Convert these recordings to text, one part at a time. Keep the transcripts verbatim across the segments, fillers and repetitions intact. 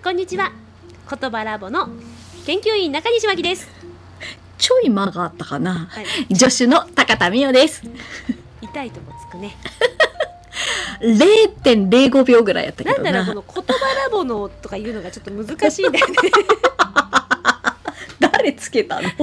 こんにちは。言葉ラボの研究員中西真希です。 ちょい間があったかな、 はい、 助手の高田美代です。 痛いとこつくね。 れいてんれいごびょうぐらいやったけどな。 なんだろう、この言葉ラボのとか言うのがちょっと難しいんだよね。 誰つけたの？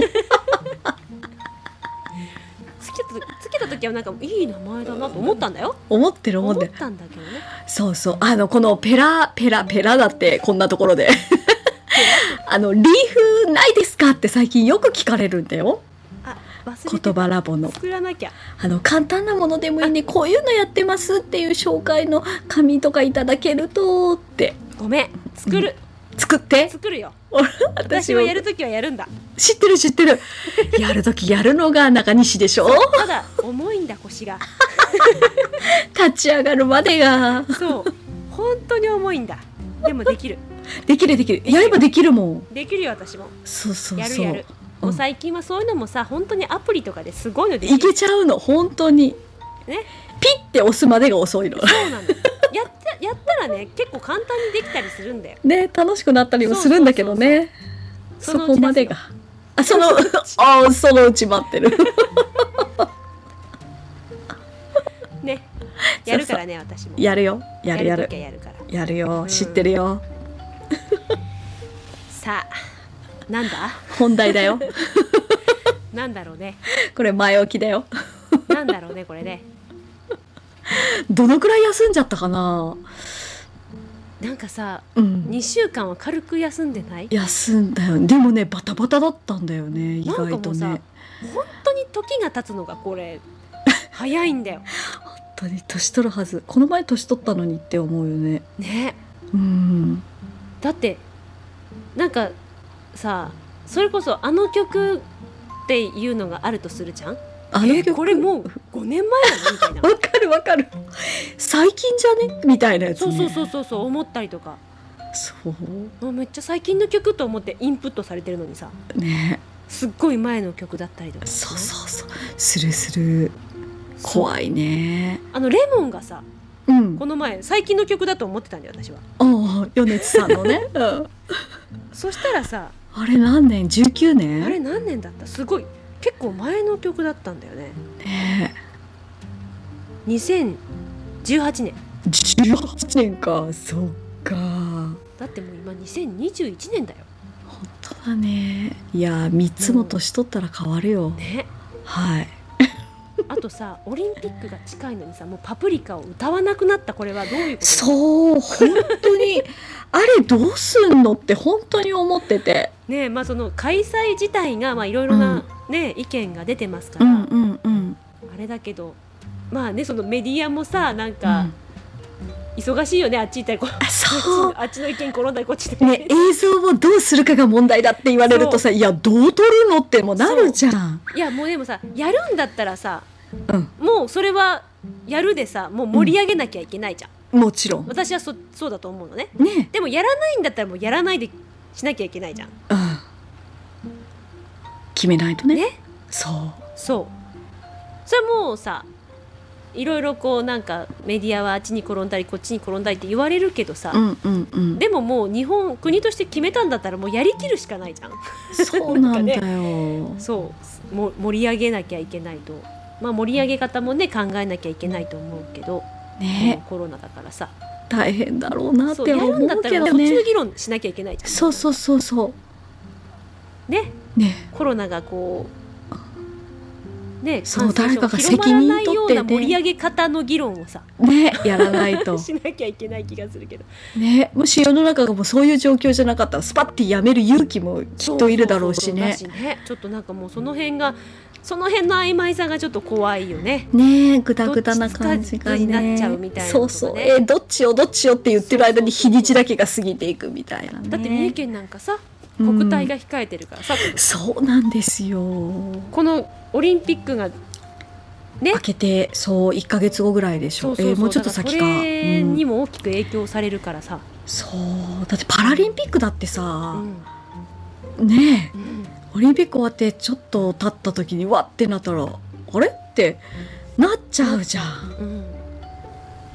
つけたつけた時はなんかいい名前だなと思ったんだよ。 思ってる思ってる。 思ったんだけどね。 そうそう、あのこのペラペラペラだってこんなところであのリーフないですかって最近よく聞かれるんだよ。 あ、忘れてた。 言葉ラボの作らなきゃ。 あの簡単なものでもいいね、こういうのやってますっていう紹介の紙とかいただけるとって。 ごめん、作る、 うん、作って作るよ。 私私はやるときはやるんだ。 知ってる知ってる。やるときやるのが中西でしょ。 ただ重いんだ、腰が。 立ち上がるまでが。 そう、本当に重いんだ。でもできる。 できるできる。やればできるもん。 できるよ、私も。 そうそうそう。 やるやる。もう最近はそういうのもさ、本当にアプリとかですごいのできる。いけちゃうの、本当に。 ね。 ピッて押すまでが遅いの。 そうなんだ。やったやったらね、結構簡単にできたりするんだよ。 ね、楽しくなったりもするんだけどね。そこまでが。あ、そのあ、そのうち待ってる。 ね。やるからね、私も。 やるよ。やるやる。 やるやるから。 やるよ。知ってるよ。 さあ、なんだ？ 本題だよ。 なんだろうね。 これ前置きだよ。 なんだろうね、これね。 どのくらい休んじゃったかな。 なんかさ、 うん、 にしゅうかんは軽く休んでない？ 休んだよ。でもね、バタバタだったんだよね、意外とね。 なんかもうさ、本当に時が経つのがこれ早いんだよ。 本当に年取るはず。この前年取ったのにって思うよね。 ね。 うん。 だってなんかさ、それこそあの曲っていうのがあるとするじゃん。 あの曲、 これもうごねんまえなのみたいな。 わかるわかる。最近じゃねみたいなやつね。 そうそうそうそう思ったりとか。 そう。 もうめっちゃ最近の曲と思ってインプットされてるのにさ。ね。すっごい前の曲だったりとか、ね。 そうそうそう。するする。怖いね。 あのレモンがさ、うん、この前最近の曲だと思ってたんだよ私は。 ああ、米津さんのね。うん。そしたらさ、 あれ何年？じゅうきゅうねん？ あれ何年だった？すごい。結構前の曲だったんだよね。 ねえ。にせんじゅうはちねん。 じゅうはちねんか、そっか。 だってもう今にせんにじゅういちねんだよ。 本当だね。いや、みっつも年取ったら変わるよ。 ね。 はい。 あとさ、オリンピックが近いのにさ、もうパプリカを歌わなくなった。これはどういうこと？ そう、本当にあれどうすんのって本当に思ってて。 ねえ、まあその開催自体がまあいろいろなね、うん、意見が出てますから、 うんうんうん、 あれだけど、まあね、そのメディアもさ、なんか、うん、忙しいよね、あっち行ったりこっち、 そうあっちの意見転んだりこっちで、 ね、映像をどうするかが問題だって言われるとさ、いやどう撮るのってもうなるじゃん。 いやもうでもさ、やるんだったらさ、 うん、 もうそれはやるでさ、もう盛り上げなきゃいけないじゃん、 うん、もちろん私は そ, そうだと思うの ね, ね。 でもやらないんだったらもうやらないでしなきゃいけないじゃん、うん、 決めないと ね, ね。 そうそうそれもうさ、いろいろこうなんかメディアはあっちに転んだりこっちに転んだりって言われるけどさ、 うんうんうん、 でももう日本国として決めたんだったらもうやりきるしかないじゃん。 そうなんだよ。 ね、そうも盛り上げなきゃいけないと、まあ、盛り上げ方もね考えなきゃいけないと思うけど、ね、コロナだからさ大変だろうなって思うけどね。 やるんだったらこっちの議論しなきゃいけないじゃん。 そうそうそうそうね、 ね、 コロナがこうね、 そう誰かが責任取ってね、 盛り上げ方の議論をさ、 ね、やらないとしなきゃいけない気がするけど、 ね、もし世の中がもうそういう状況じゃなかったらスパッてやめる勇気もきっといるだろうしね。 そうそうそうそうだしね、ちょっとなんかもうその辺がその辺の曖昧さがちょっと怖いよね。 ね、グダグダな感じがね、 になっちゃうみたいな、ね、 そうそう、えー、どっちよどっちよって言ってる間に日にちだけが過ぎていくみたいなね。 だって三重県なんかさ、国体が控えてるからさ、 うん、そうなんですよ。 このオリンピックがね、 開けてそういっかげつごぐらいでしょ。そうそうそう、えー、もうちょっと先か。 それにも大きく影響されるからさ、うん、 そうだってパラリンピックだってさ、うん、ねえ、うん、オリンピック終わってちょっと経った時にわってなったらあれってなっちゃうじゃん、うん、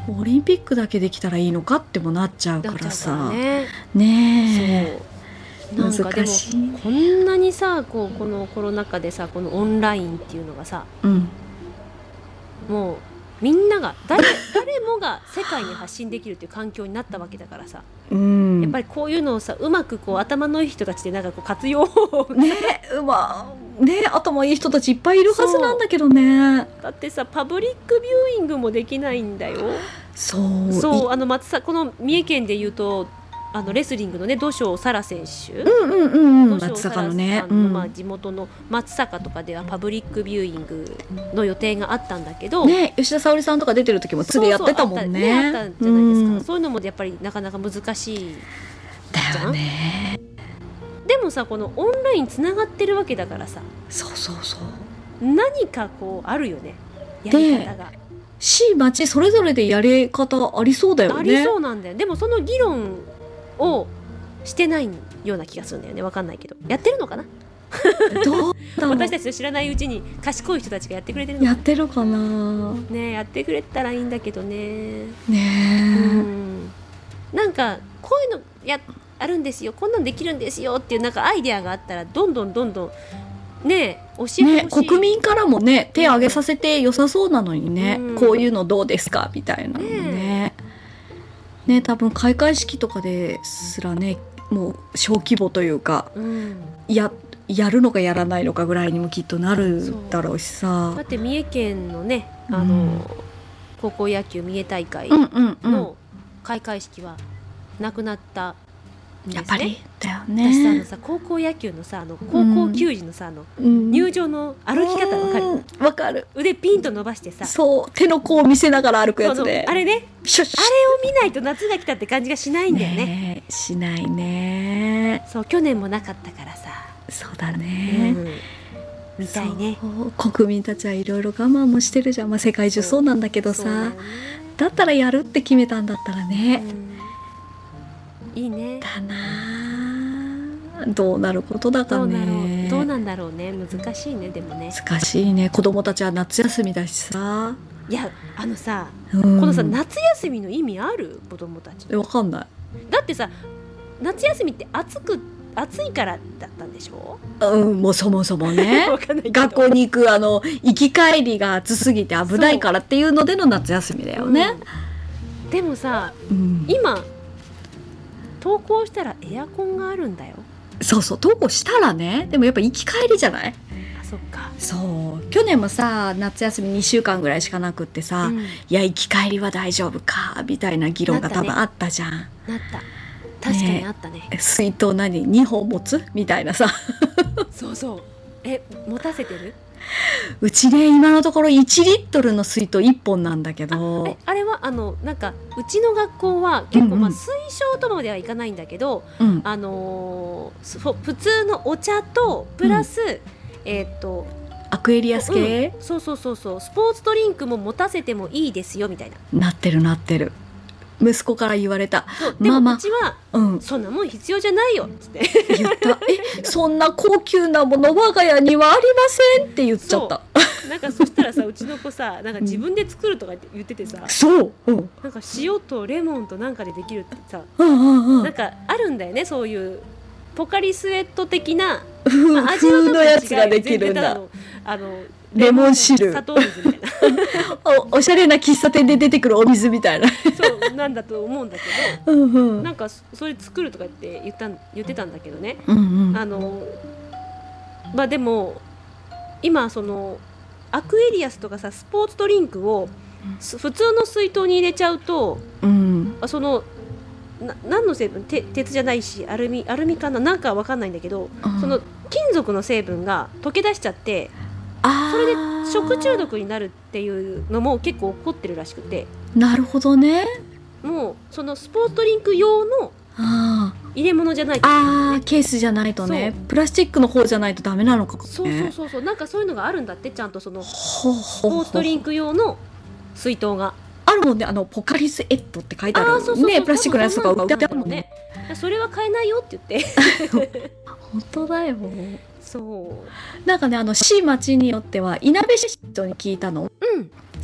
オリンピックだけできたらいいのかってもなっちゃうからさねねえなんかでも難しいね。 こんなにさこうこのコロナ禍でさこのオンラインっていうのがさうんもうみんなが誰誰もが世界に発信できるっていう環境になったわけだからさ、 うんやっぱりこういうのをさうまくこう頭のいい人たちでなんかこう活用をねうまね頭いい人たちいっぱいいるはずなんだけどね。 だってさパブリックビューイングもできないんだよ。 そうそうあの松さこの三重県でいうとあのレスリングのね土性沙羅選手、 うんうんうんうん土性松沙羅さん坂のね、うの、 んまあ、地元の松坂とかではパブリックビューイングの予定があったんだけど、 ね吉田沙保里さんとか出てる時もつでやってたもんね。 そうそうあったねあったじゃないですか、 うんそういうのもやっぱりなかなか難しいだよね。 でもさこのオンラインつながってるわけだからさそうそうそう何かこうあるよねやり方が市町それぞれでやり方ありそうだよね。 ありそうなんだよ。でもその議論をしてないような気がするんだよね。わかんないけどやってるのかなどうだろう私たちの知らないうちに賢い人たちがやってくれてるのかやってるかなねやってくれたらいいんだけどね。うねんなんかこういうのやあるんですよこんなんできるんですよっていうなんかアイデアがあったらどんどんどんどんね教えてほしい、 ね国民からもね手挙げさせて良さそうなのにね、 うんこういうのどうですかみたいなのねね多分開会式とかですらねもう小規模というかうんややるのかやらないのかぐらいにもきっとなるだろうしさ。 だって三重県のねあの、 うん高校野球三重大会うんうんうんの開会式はなくなったんですね。 やっぱりだよ私さあのね。 さ高校野球のさあの高校球児のさあのうん入場の歩き方わかる、 うんわかる。 腕ピンと伸ばしてさそう手の甲を見せながら歩くやつそのであれねシュッシュッあれを見ないと夏が来たって感じがしないんだよね。 ねえしないね。 そう去年もなかったからさ、 そうだうね、 ん、見たいね。 そう国民たちはいろいろ我慢もしてるじゃん、まあ、世界中そうなんだけどさそうだよねだったらやるって決めたんだったらね、 うん、いいね。 だなどうなることだかどうなろねうどうなんだろうね難しいねでもね。 難しいね。子供たちは夏休みだしさ、 いやあのさ、 うん、 このさ夏休みの意味ある子供たち。 わかんない。 だってさ夏休みって暑く暑いからだったんでしょ。 うんもうそもそもねわかんないけど学校に行くあの行き帰りが暑すぎて危ないからっていうのでの夏休みだよね、 うんでもさうん今登校したらエアコンがあるんだよ。 そうそう登校したらねでもやっぱ行き帰りじゃない。 あそっか、 そう去年もさ夏休みにしゅうかんぐらいしかなくってさ、 うんいや行き帰りは大丈夫かみたいな議論が多分あったじゃん。 なった確かにあったね。 水筒何にほん持つみたいなさそうそうえ持たせてる。 うちね今のところいちリットルの水筒いっぽんなんだけどえあれはあのなんかうちの学校は結構、 うんうんまあ推奨とまではいかないんだけど、 うんあのーそ普通のお茶とプラス、えーっとアクエリアス系、 うんそうそうそうそうスポーツドリンクも持たせてもいいですよみたいな。 なってるなってる息子から言われた。 そうでもまあまあうちはうんそんなもん必要じゃないよっつって言ったえそんな高級なもの我が家にはありませんって言っちゃった。 なんかそしたらさうちの子さなんか自分で作るとかって言っててさ、 そう、うん、 なんか塩とレモンとなんかでできるってさ、 うんうんうんなんかあるんだよねそういうポカリスエット的な、 風まあ、味は風の多分違うやつができるんだ全然たのあのレモン汁砂糖水みたいなお, おしゃれな喫茶店で出てくるお水みたいなそうなんだと思うんだけどうんうんなんかそれ作るとかって言ったん言ってたんだけどね、 うんうんあのまあでも今そのアクエリアスとかさスポーツドリンクをす普通の水筒に入れちゃうとうんあそのな何の成分て鉄じゃないしアルミアルミかななんかわかんないんだけど、 うんその金属の成分が溶け出しちゃってあそれでー食中毒になるっていうのも結構起こってるらしくてなるほどね。 もうそのスポーツドリンク用のあ入れ物じゃないとダメなんだよねあケースじゃないとねそうプラスチックの方じゃないとダメなのかもね。 そうそうそうそうなんかそういうのがあるんだってちゃんとそのスほうほうほうポーツドリンク用の水筒があるもんねあのポカリスエットって書いてあるあーそうそうそうねプラスチックのやつとか売ってあるもんねね。 それは買えないよって言って本当だよ。 そうなんかねあの市町によってはいなべ市長に聞いたのうん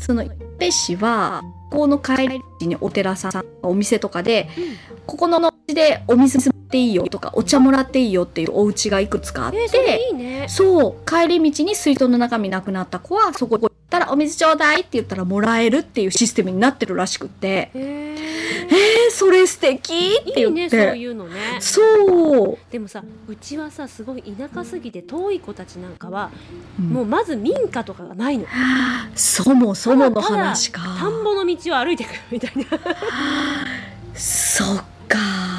その一平市はここの帰り道にお寺さんお店とかで、うん、ここのお家でお水もらっていいよとかお茶もらっていいよっていうお家がいくつかあって、 えー、それいいね。そう帰り道に水筒の中身なくなった子はそこ行ったらお水ちょうだいって言ったらもらえるっていうシステムになってるらしくって、えー、えー、それ素敵って言って。いいね、 そういうのね。 そうでもさ、うちはさすごい田舎すぎて遠い子たちなんかは、うん、もうまず民家とかがないの。 そもそもの話か。 田んぼの道を歩いてくるみたいなそっか。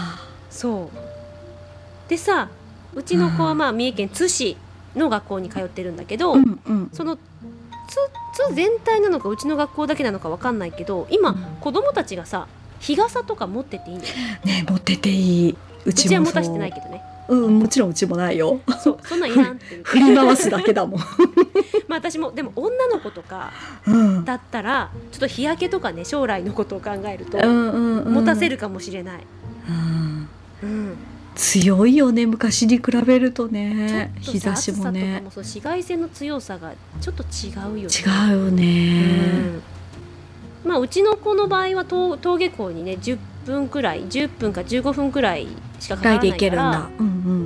そうでさ、うちの子はまあ三重県津市の学校に通ってるんだけど、 うんうん、 その津全体なのかうちの学校だけなのか分かんないけど、今、うん、子供たちがさ日傘とか持ってっていいんだよね。持ってていい。うちもそう。うちは持たしてないけどね。 うん、もちろんうちもないよ。 そう、そんなんいらんっていう振り回すだけだもんまあ私もでも女の子とかだったら、うん、ちょっと日焼けとかね、将来のことを考えると、うんうんうん、持たせるかもしれない、うんうん、 強いよね、昔に比べるとね。日差しもね、 暑さとかもそう、紫外線の強さがちょっと違うよね。 違うよね、 うん、まあうちの子の場合は登下校にねじゅっぷんくらいじゅっぷんかじゅうごふんくらいしかかからないから、うんうん、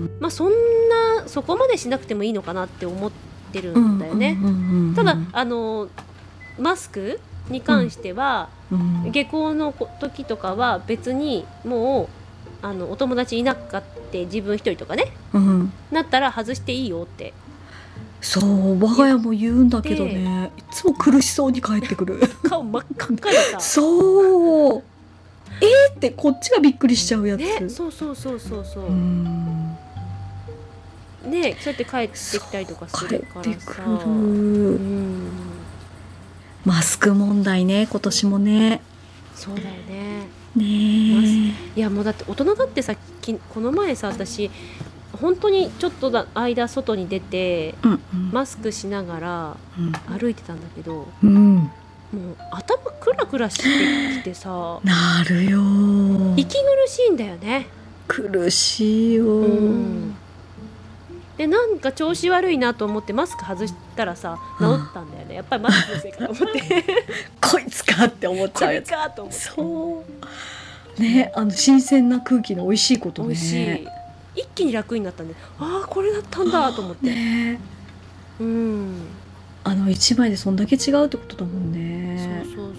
まあそんなそこまでしなくてもいいのかなって思ってるんだよね、うんうんうんうん、ただあのマスクに関しては、うんうん、下校の時とかは別にもうあのお友達いなかって自分一人とかね、うん、なったら外していいよって。 そう我が家も言うんだけどね、いつも苦しそうに帰ってくる顔真っ赤っかでさそうえーってこっちがびっくりしちゃうやつ、 ね、そうそうそうそうそう、うーんね、そうやって帰ってきたりとかするからさ、帰ってくる、うん、 マスク問題ね、今年もね。 そうだよね。 ねえ、 いやもうだって大人だってさ、この前さ私本当にちょっとだ間外に出て、うんうん、マスクしながら歩いてたんだけど、うん、もう頭クラクラしてきてさ、 なるよ、 息苦しいんだよね。 苦しいよ、うん、 でなんか調子悪いなと思ってマスク外したらさ治ったんだよね、うん、やっぱりマスクのせいかと思ってこいつかって思っちゃうやつ。 これかと思って。 そうね、あの新鮮な空気の美味しいことね。美味しい。 一気に楽になったんで、ああこれだったんだと思って、ね、うん、 あのいちまいでそんだけ違うってことだもんね。 そうそうそう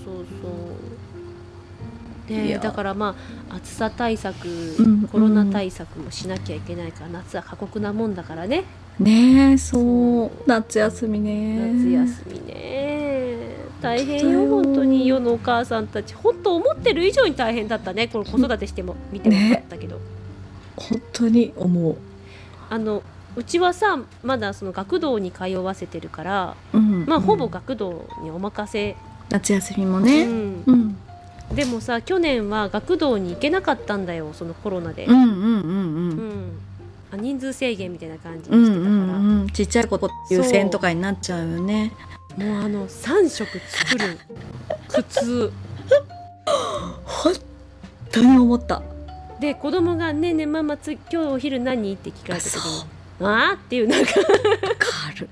そうで、だからまあ暑さ対策、うん、コロナ対策もしなきゃいけないから、夏は過酷なもんだからね。 ねえ、そう夏休みね、 夏休みね大変よ本当に。世のお母さんたち本当思ってる以上に大変だったね。この子育てしても見てもらったけど、ね、 本当に思う。 あのうちはさまだその学童に通わせてるから、うんうん、まあほぼ学童にお任せ。 夏休みもね、うんうん、 でもさ去年は学童に行けなかったんだよ、そのコロナで、 うんうんうんうん、うん、 あ人数制限みたいな感じにしてたから、うんうんうん、 ちっちゃい子優先とかになっちゃうよね。 もうあのさん食作る苦痛本当に思った。 で子供がねえねえママつ今日お昼何って聞かれた時にあーっていうなんかわかる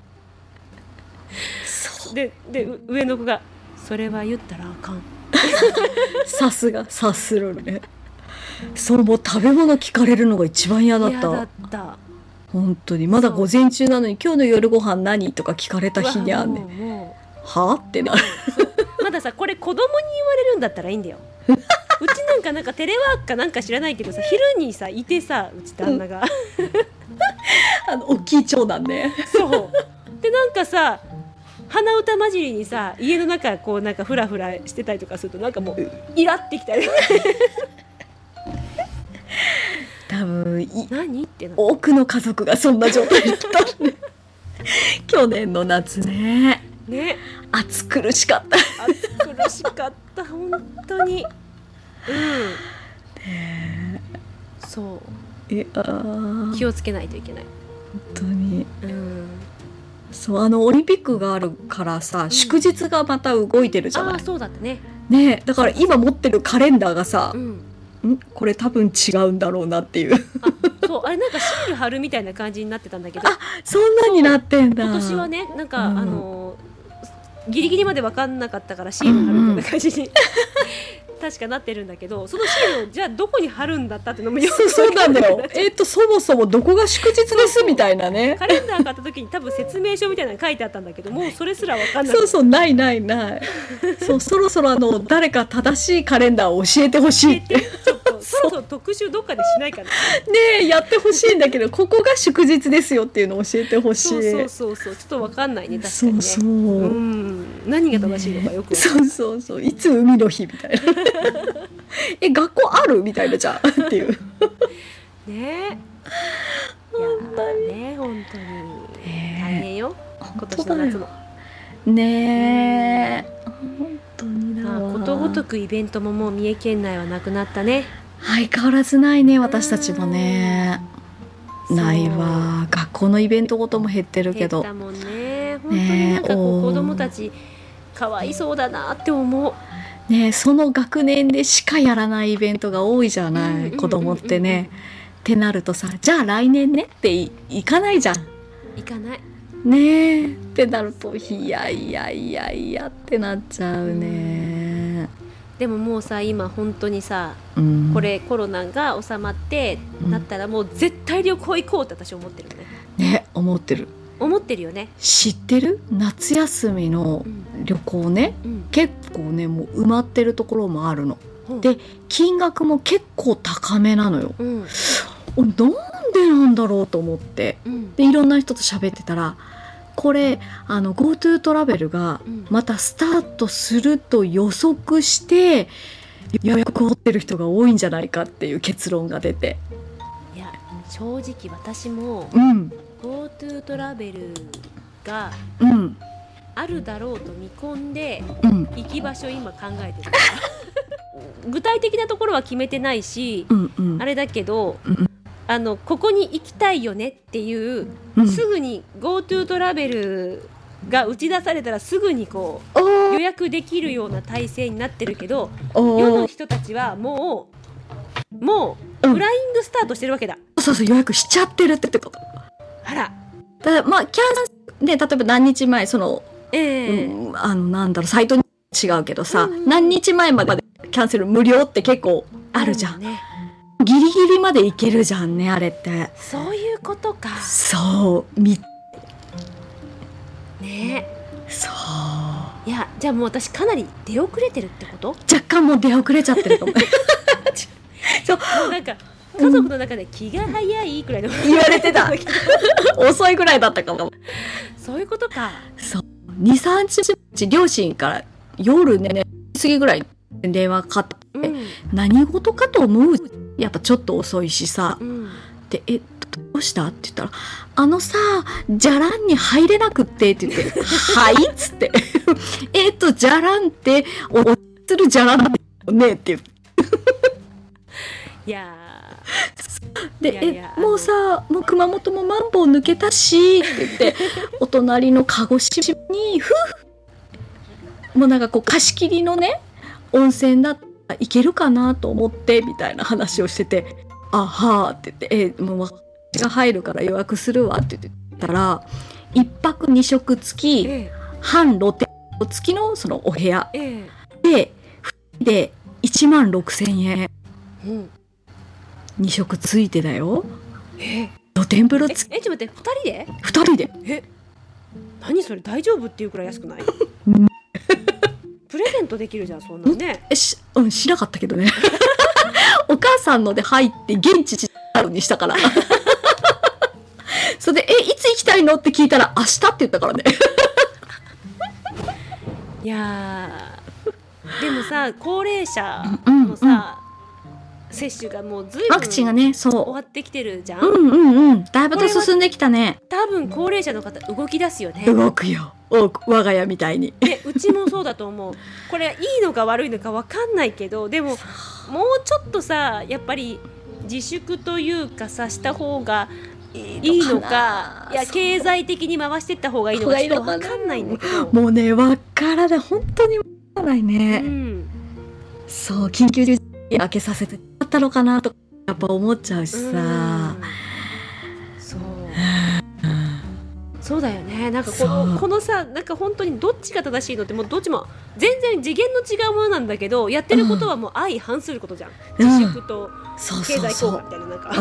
そうでで上の子がそれは言ったらあかんさすが察するね。そうもう食べ物聞かれるのが一番嫌だった。嫌だった。本当にまだ午前中なのに今日の夜ご飯何とか聞かれた日にあんねん。はってなる。 まださこれ子供に言われるんだったらいいんだよ。うちなんかなんかテレワークかなんか知らないけどさ昼にさいてさうち旦那が、うん、 あの大きい長男ね。 そうでなんかさ鼻歌混じりにさ家の中こうなんかフラフラしてたりとかするとなんかもうイラってきたり多分何ってな多くの家族がそんな状態だったね去年の夏ね。 ね、 暑苦しかった暑苦しかった本当にうんねそうえあ気をつけないといけない本当に、うん、そうあのオリンピックがあるからさ、うん、祝日がまた動いてるじゃない。 あそうだったね。 ねだから今持ってるカレンダーがさ、うん、んこれ多分違うんだろうなっていうあそうあれなんかシール貼るみたいな感じになってたんだけどあそんなになってんだ。 今年はねなんか、うん、あのギリギリまで分かんなかったからシール貼るみたいな感じに、うんうん確かなってるんだけど、そのシールをじゃあどこに貼るんだったってのもよくそうなんだよえっとそもそもどこが祝日ですみたいなね。 カレンダー買った時に多分説明書みたいなの書いてあったんだけど、もうそれすら分かんない。 そうそうないないないそうそろそろあの誰か正しいカレンダーを教えてほしいってちょっとそろそろ特集どっかでしないかなねえやってほしいんだけどここが祝日ですよっていうのを教えてほしい。 そうそうそうそうちょっと分かんないね確かにね。 そうそう、 うん、何が正しいのかよく分かんない、 ね、そうそうそういつ海の日みたいなえ学校あるみたいなじゃあっていうねえ本当にね本当に大変よ今年の夏もねえ本当にだわ、 まあ、ことごとくイベントももう三重県内はなくなったね。 相変わらずないね私たちもね。ないわ学校のイベントごとも減ってるけど減ったもんね。本当になんかこう子供たちかわいそうだなって思うね、その学年でしかやらないイベントが多いじゃない、うんうんうんうん、子供ってね。ってなるとさじゃあ来年ねっていいかないじゃん。 いかないねえってなるといやいやいやいやってなっちゃうね、 うん、でももうさ今本当にさ、うん、これコロナが収まって、うん、なったらもう絶対旅行行こうって私思ってるね。 ね思ってる思ってるよね。 知ってる夏休みの旅行ね、うん、結構ねもう埋まってるところもあるの、うん、で金額も結構高めなのよ、うん、なんでなんだろうと思って、うん、でいろんな人と喋ってたらこれあの GoTo トラベルがまたスタートすると予測して予約を取ってる人が多いんじゃないかっていう結論が出て、 いや正直私も、 うん、 GoTo トラベルがあるだろうと見込んで、うん、行き場所今考えてる具体的なところは決めてないし、うんうん、あれだけど、うん、あのここに行きたいよねっていう、うん、すぐに GoTo トラベルが打ち出されたらすぐにこう予約できるような体制になってるけど、世の人たちはもうもうフライングスタートしてるわけだ、 うん、そうそう予約しちゃってるってこと。 あらだまあキャンセルで例えば何日前その、 えーうん、あのなんだろうサイトに違うけどさ、うんうん、何日前までキャンセル無料って結構あるじゃん、うんね、ギリギリまでいけるじゃんねあれって。 そういうことか。 そうみねそういやじゃあもう私かなり出遅れてるってこと。 若干もう出遅れちゃってるかもそうなんか家族の中で気が早いくらいの、うん、 言われてた遅いぐらいだったかも。 そういうことか。 そうにさんにち両親から夜ね過ぎぐらい電話かかって、うん、何事かと思う。やっぱちょっと遅いしさ、うん、でえどうしたって言ったらあのさじゃらんに入れなくってって言ってはいっつってえっとじゃらんっておするじゃらんだよねって言っていやでいやいやえもうさもう熊本もマンボウ抜けたしって言ってお隣の鹿児島に夫婦もうなんかこう貸し切りのね温泉だったらいけるかなと思ってみたいな話をしてて、あはーって言ってえもう私が入るから予約するわって言ってたらいっぱくに食付き、ええ、半露天付きのそのお部屋、ええ、ででいちまんろくせんえん、うん、に食ついてだよ。 え露天風呂付き。 ええちょっと待ってふたりでふたりでえ何それ大丈夫っていうくらい安くないプレゼントできるじゃんそんなのね。 えし、うん、しなかったけどねお母さんので入って現地にしたからそれでえいつ行きたいのって聞いたら明日って言ったからねいやでもさ高齢者のさ、うんうん接種がもうずいぶんワクチンがねそう終わってきてるじゃん。 うんうんうんだいぶと進んできたね。 多分高齢者の方動き出すよね。 動くよお我が家みたいに、 ね、うちもそうだと思うこれいいのか悪いのか分かんないけどでももうちょっとさやっぱり自粛というかさした方がいいのかいや経済的に回していった方がいいのかちょっと分かんないんだけどもうね分からない本当に分からないね、うん、そう緊急事態開けさせてだったのかなとかやっぱ思っちゃうしさ、 うん、そうそうだよね。なんかこのこのさ、なんか本当にどっちが正しいのって、もうどっちも全然次元の違うものなんだけど、やってることはもう相反することじゃん、うん、自粛と経済効果みたいな、なんか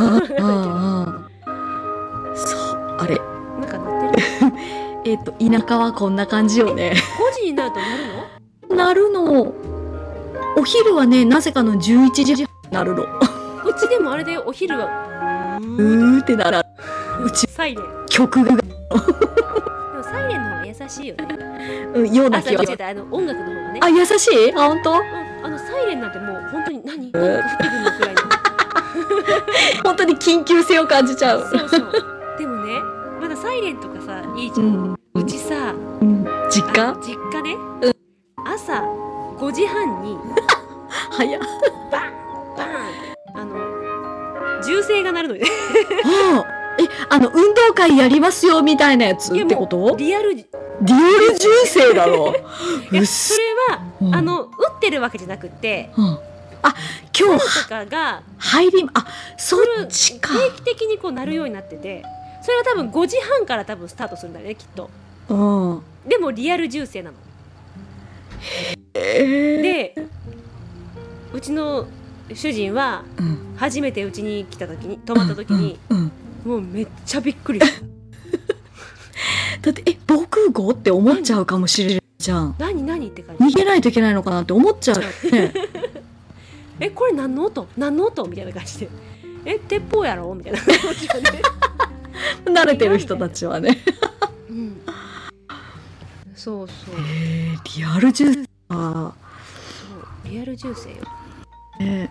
そうあれなんかなってるえっと田舎はこんな感じよね。 ごじになるとなるの？ なるの。お昼はね、なぜかのじゅういちじになるの。 うちでもあれでお昼はうーってならうちサイレン曲がでもサイレンの方が優しいよね。 うん、ような気は。 あ、あの音楽の方がね。 あ、優しい？あ、本当？うん、 あのサイレンなんてもう本当に何？何か降ってくるのくらいの。 本当に緊急性を感じちゃう。 そうそう。でもね、まだサイレンとかさいいじゃん。うん、うちさ、 うん、実家？ 実家ね。 うん、 朝ごじはんに早っ。 バンバンあの銃声が鳴るのよね。 え、あの運動会やりますよみたいなやつってこと？ リアルリアル銃声だろ。 いやそれは、うん、あの撃ってるわけじゃなくて、 うん、あ、今日とかが入り、あ、そっちか。 定期的にこう鳴るようになってて、それは多分ごじはんから多分スタートするんだよね、きっと。 うん、 でもリアル銃声なの。 えー、 でうちの主人は、うん、初めてうちに来た時に泊まった時に、うんうんうん、もうめっちゃびっくりした。 だってえ防空壕って思っちゃうかもしれないじゃん。 何何って感じ。 逃げないといけないのかなって思っちゃう、ね、 えこれ何の音何の音みたいな感じで、え鉄砲やろみたいな感じで、ね、 慣れてる人たちはね、 うん、そうそう、 えー、リアル銃声。あ、 そうリアル銃声よ。 えー、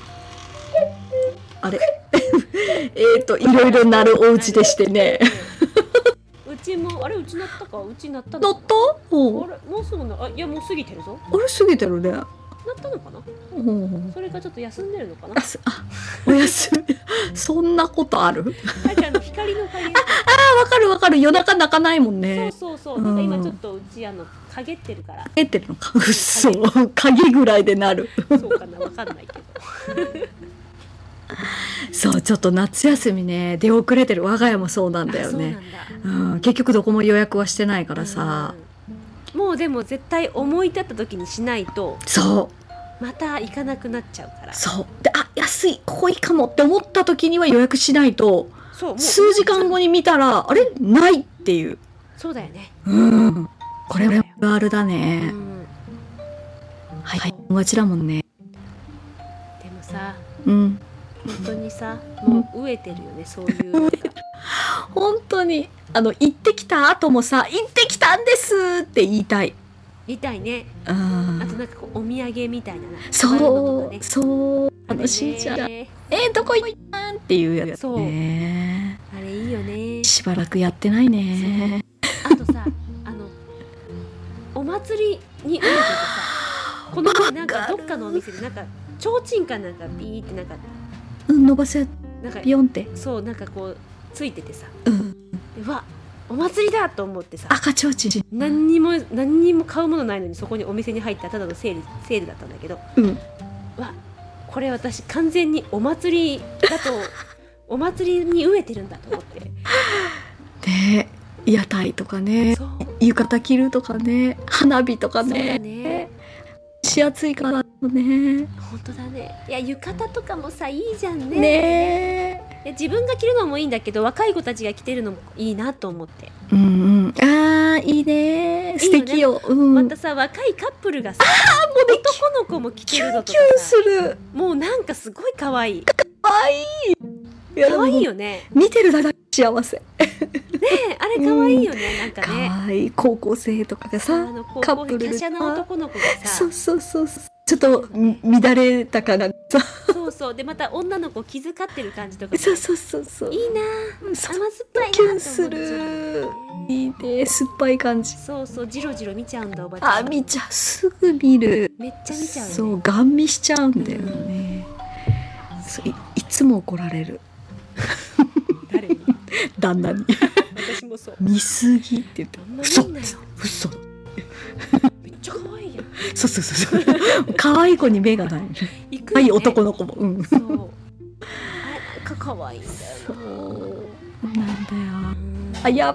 あれえっといろいろなるお家でしてね。 うちもあれうちなったかうちなったのなった？おあれもうすぐなあいやもう過ぎてるぞ。 あれ過ぎてるね。 なったのかな。それかちょっと休んでるのかな。 ああお休みそんなことある？ あじゃあの光の影。ああわかるわかる、夜中泣かないもんね。 そうそうそう、なんか今ちょっとうちあの陰ってるから。 陰ってるのか。うっそ影ぐらいでなる。 そうかなわかんないけど。 そうちょっと夏休みね出遅れてる。我が家もそうなんだよね。うん、結局どこも予約はしてないからさ、 うん、もうでも絶対思い立った時にしないとそうまた行かなくなっちゃうから。 そうで、あ安いここいいかもって思った時には予約しないと、 そうもう数時間後に見たらあれないっていう。 そうだよね、 うん、これはあるだね、うん、はいはい友達だもんね。 でもさ、 うん本当にさ、もう飢えてるよね、そういうのが。 本当にあの行ってきた後もさ行ってきたんですって言いたい。 言いたいね。 ああとなんかこうお土産みたいな。 そう、ね、そう楽しいじゃん。 えー、どこ行ったんっていうやつね。 あれいいよね。 しばらくやってないね。 あとさあのお祭りに飢えててさ、この前なんかどっかのお店でなんか提灯かなんかビーってなんかうん伸ばせなんかビヨンってそうなんかこうついててさ、 うん、 うわお祭りだと思ってさ、 赤ちょうちん何にも何にも買うものないのにそこにお店に入ったただのセールセールだったんだけど、 うん、 わこれ私完全にお祭りだとお祭りに飢えてるんだと思ってね、屋台とかね浴衣着るとかね花火とかね、 そうだね、 蒸し暑いからね。 本当だね。いや浴衣とかもさいいじゃんね。 ねいや自分が着るのもいいんだけど若い子たちが着てるのもいいなと思って。 うんうん、あーいいね素敵よ、 いいよね、うん、またさ若いカップルがさあもう、ね、 男の子も着てるのとかさキュンキュンする。 もうなんかすごい可愛い可愛い可愛いよね。 見てるだけ幸せねえあれ可愛いよね、うん、なんかね可愛い高校生とかがさカップルで華奢な男の子がさそうそうそうそうちょっと乱れたかなそうそうでまた女の子気遣ってる感じとかそうそうそうそういいな甘酸っぱいなキュンするいいね酸っぱい感じ。 そうそうジロジロ見ちゃうんだおばちゃん。 あ見ちゃうすぐ見る。 めっちゃ見ちゃう、ね、 そうガン見しちゃうんだよね、うん、そう い, いつも怒られる誰に旦那に私もそう見すぎって言って嘘嘘めっちゃ可愛いやん。 そうそうそうそう可愛い子に目がない可愛、ね、い男の子も、うん、 そうあれなんか可愛いんだよな。 そうなんだよ。あやばい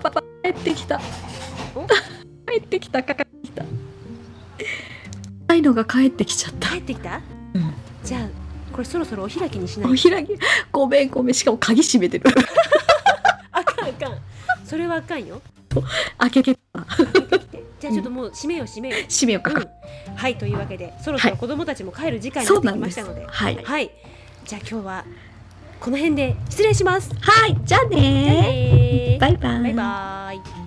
ってきた。帰ってきた、帰ってきた。たいのが帰ってきちゃった。 帰ってきた、 うん、 じゃあこれそろそろお開きにしないと。お開き、ごめんごめん、しかも鍵閉めてる。 あかんあかん、それはあかんよ。 開けてた。 じゃあちょっともう閉めよう閉めよう、 閉めようか、 うん、はい、というわけでそろそろ子供たちも帰る時間になってきましたので、 はい、 はい、じゃあ今日はこの辺で失礼します。 はい、じゃあねー、バイバイ。 バイバイ。